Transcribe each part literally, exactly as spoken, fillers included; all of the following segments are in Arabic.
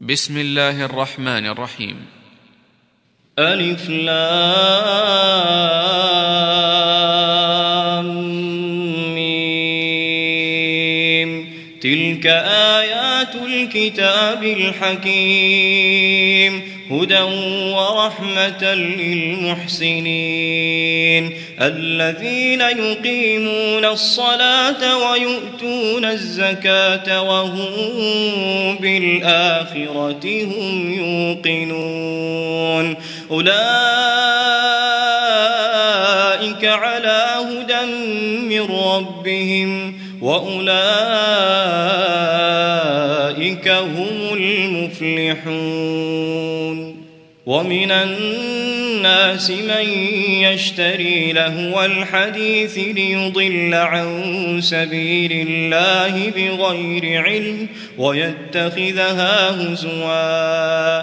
بسم الله الرحمن الرحيم. ألف لام ميم. تلك آيات الكتاب الحكيم هدى ورحمة للمحسنين الذين يقيمون الصلاة ويؤتون الزكاة وهم بالآخرة هم يوقنون أولئك على هدى من ربهم وأولئك هم المفلحون. ومن الناس من يشتري لهو الحديث ليضل عن سبيل الله بغير علم ويتخذها هزوا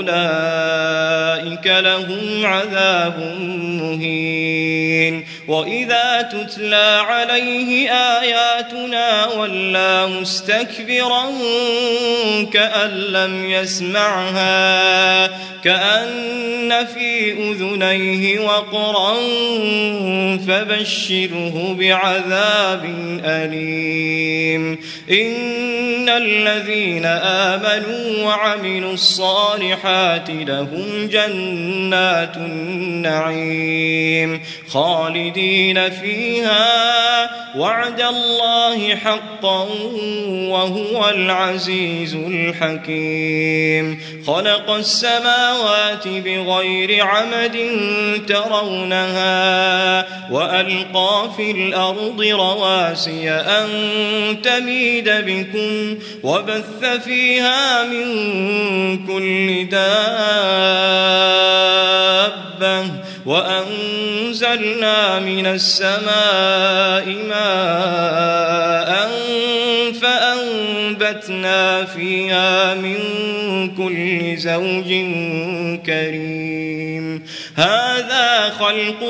أولئك لهم عذاب مهين. وإذا تتلى عليه آياتنا ولى مستكبرا كأن لم يسمعها كأن في أذنيه وقرا فبشره بعذاب أليم. إن الذين آمنوا وعملوا الصالحات لهم جنات النعيم خالدين فيها وعد الله حقا وهو العزيز الحكيم. خلق السماوات بغير عمد ترونها وألقى في الأرض رواسي أن تميد بكم وبث فيها من كل دابة وأنزلنا من السماء ماء فأنبتنا فيها من كل زوج كريم. هذا خلق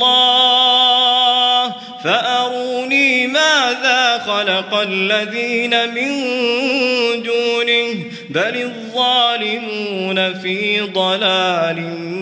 الله فأروني ماذا خلق الذين من دونه بل الظالمون في ضلال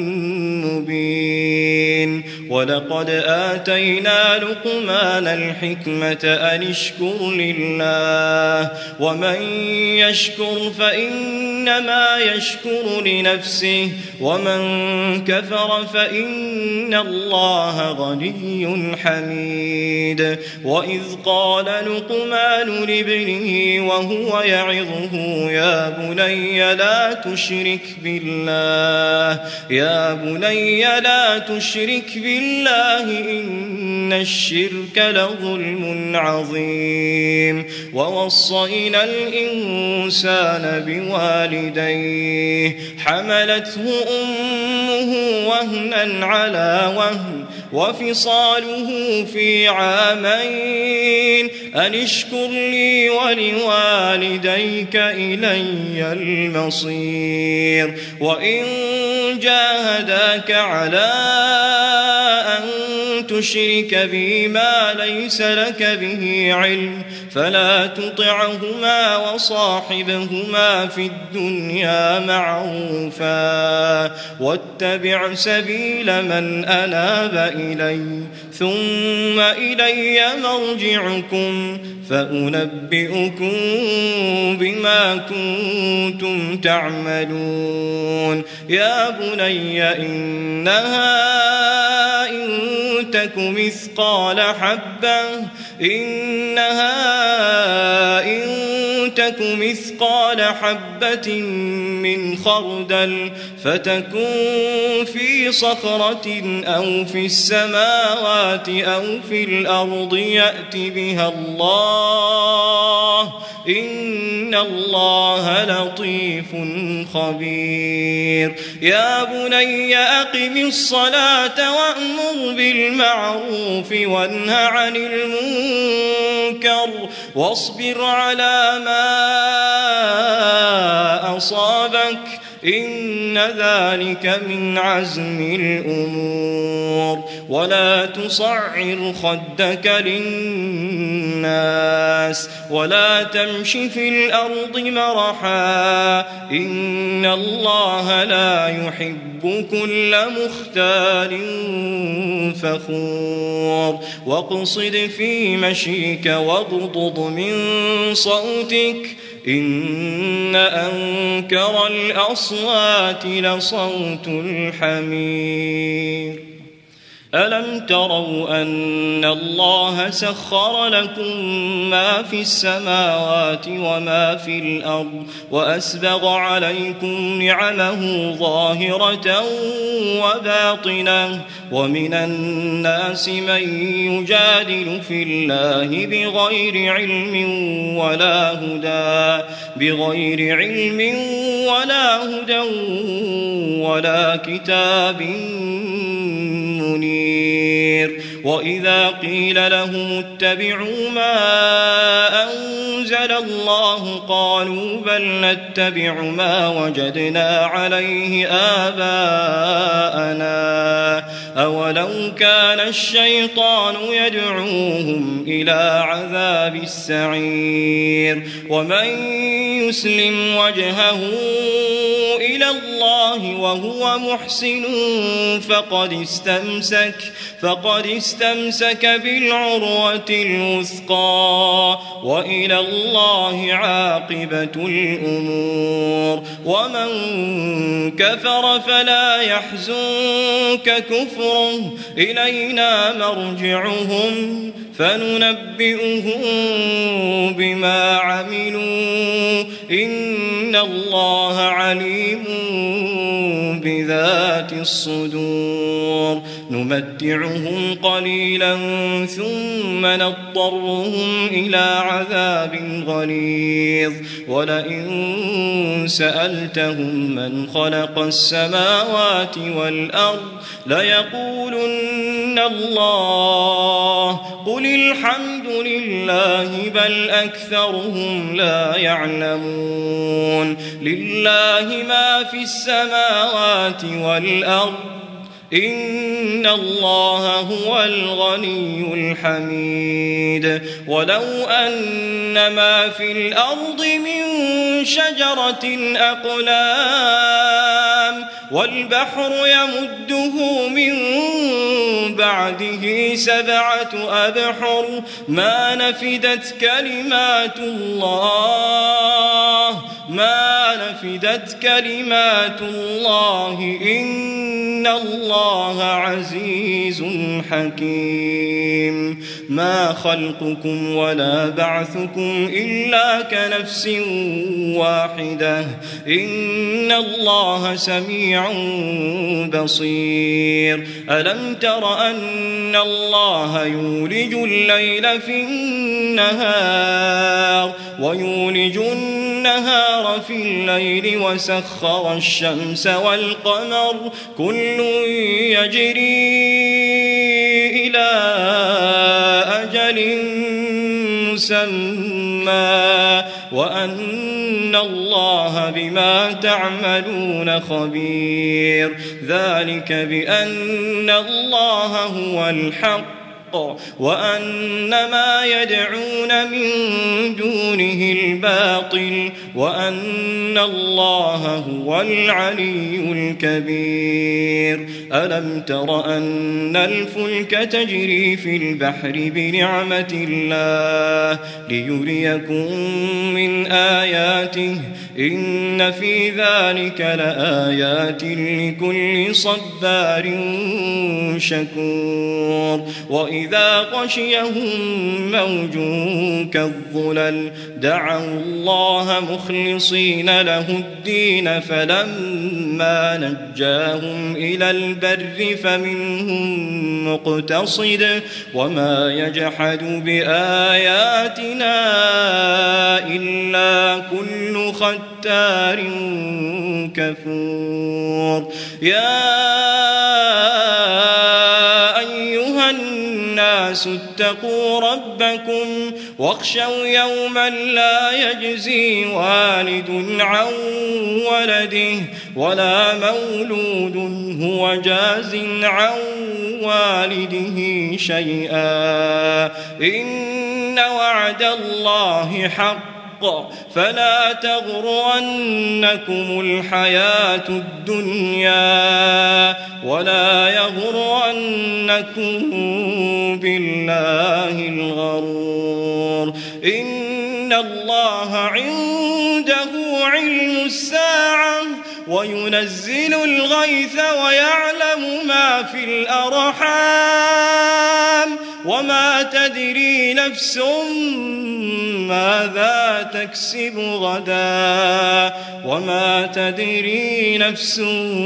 مبين. ولقد آتينا لقمان الحكمة أن اشكر لله ومن يشكر فإنما يشكر لنفسه ومن كفر فإن الله غني حميد. وإذ قال لقمان لابنه وهو يعظه يا بني لا تشرك بالله يا بني لا تشرك بالله إن الشرك لظلم عظيم. ووصينا الإنسان بوالديه حملته أمه وهنا على وهن وفصاله في عامين أن اشكر لي ولوالديك إلي المصير. وإن جاهداك على أن تشرك بي ما ليس لك به علم فلا تطعهما وصاحبهما في الدنيا معروفا واتبع سبيل من أناب إلي ثم إلي مرجعكم فأنبئكم بما كنتم تعملون. يا بني إنها إن تك مثقال حبة إنها إن تك مثقال حبة من خردل فتكون في صخرة أو في السماوات أو في الأرض يأت بها الله إن الله لطيف خبير. يا بني أقم الصلاة وأمر بالمعروف وانه عن المنكر واصبر على ما أصابك إن ذلك من عزم الأمور ولا تصعر خدك للناس ولا تمش في الأرض مرحا إن الله لا يحب كل مختال فخور واقصد في مشيك واغضض من صوتك إن أنكر الأصوات لصوت الحمير ألم تروا أن الله سخر لكم ما في السماوات وما في الأرض وأسبغ عليكم نعمه ظاهرة وباطنة ومن الناس من يجادل في الله بغير علم ولا هدى بغير علم ولا هدى ولا كتاب منير وإذا قيل لهم اتبعوا ما أنزل الله قالوا بل نتبع ما وجدنا عليه آباءنا أولو كان الشيطان يدعوهم إلى عذاب السعير ومن يسلم وجهه إلى الله وهو محسن فقد استمسك فقد استمسك بالعروة الوثقى وإلى الله عاقبة الأمور ومن كفر فلا يحزنك كفره إلينا مرجعهم فننبئهم بما عملوا إن الله عليم بذات الصدور نمتعهم قليلا ثم نضطرهم إلى عذاب غليظ ولئن سألتهم من خلق السماوات والأرض ليقولن الله قل الحمد لله بل أكثرهم لا يعلمون لله ما في السماوات والأرض إن الله هو الغني الحميد ولو أن ما في الأرض من شجرة أقلام والبحر يمده من بعده سبعة أبحر ما نفدت كلمات الله ما نفدت كلمات الله إن الله عزيز حكيم ما خلقكم ولا بعثكم إلا كنفس واحدة إن الله سميع بصير ألم تر أن الله يولج الليل في النهار ويولج النهار في الليل وسخر الشمس والقمر كل يجري إلى أجل مسمى وأن الله بما تعملون خبير ذلك بأن الله هو الحق وأن ما يدعون من دونه الباطل وأن الله هو العلي الكبير ألم تر أن الفلك تجري في البحر بنعمة الله ليريكم من آياته إن في ذلك لآيات لكل صبار شكور وإذا غشيهم موج كالظلل دعوا الله مخلصين له الدين فلما نجاهم إلى البر فمنهم مقتصد وما يجحد بآياتنا إلا كل ختار كفور يا الناس اتقوا ربكم واخشوا يوما لا يجزي والد عن ولده ولا مولود هو جاز عن والده شيئا إن وعد الله حق فلا تغرنكم الحياة الدنيا ولا يغرنكم بالله الغرور إن الله عنده علم الساعة وينزل الغيث ويعلم ما في الأرحام وما تدري نفس ماذا تكسب غدا وما تدري نفس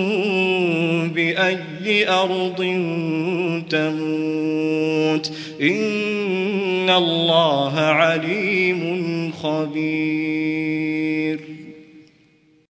بأي أرض تموت إن الله عليم خبير.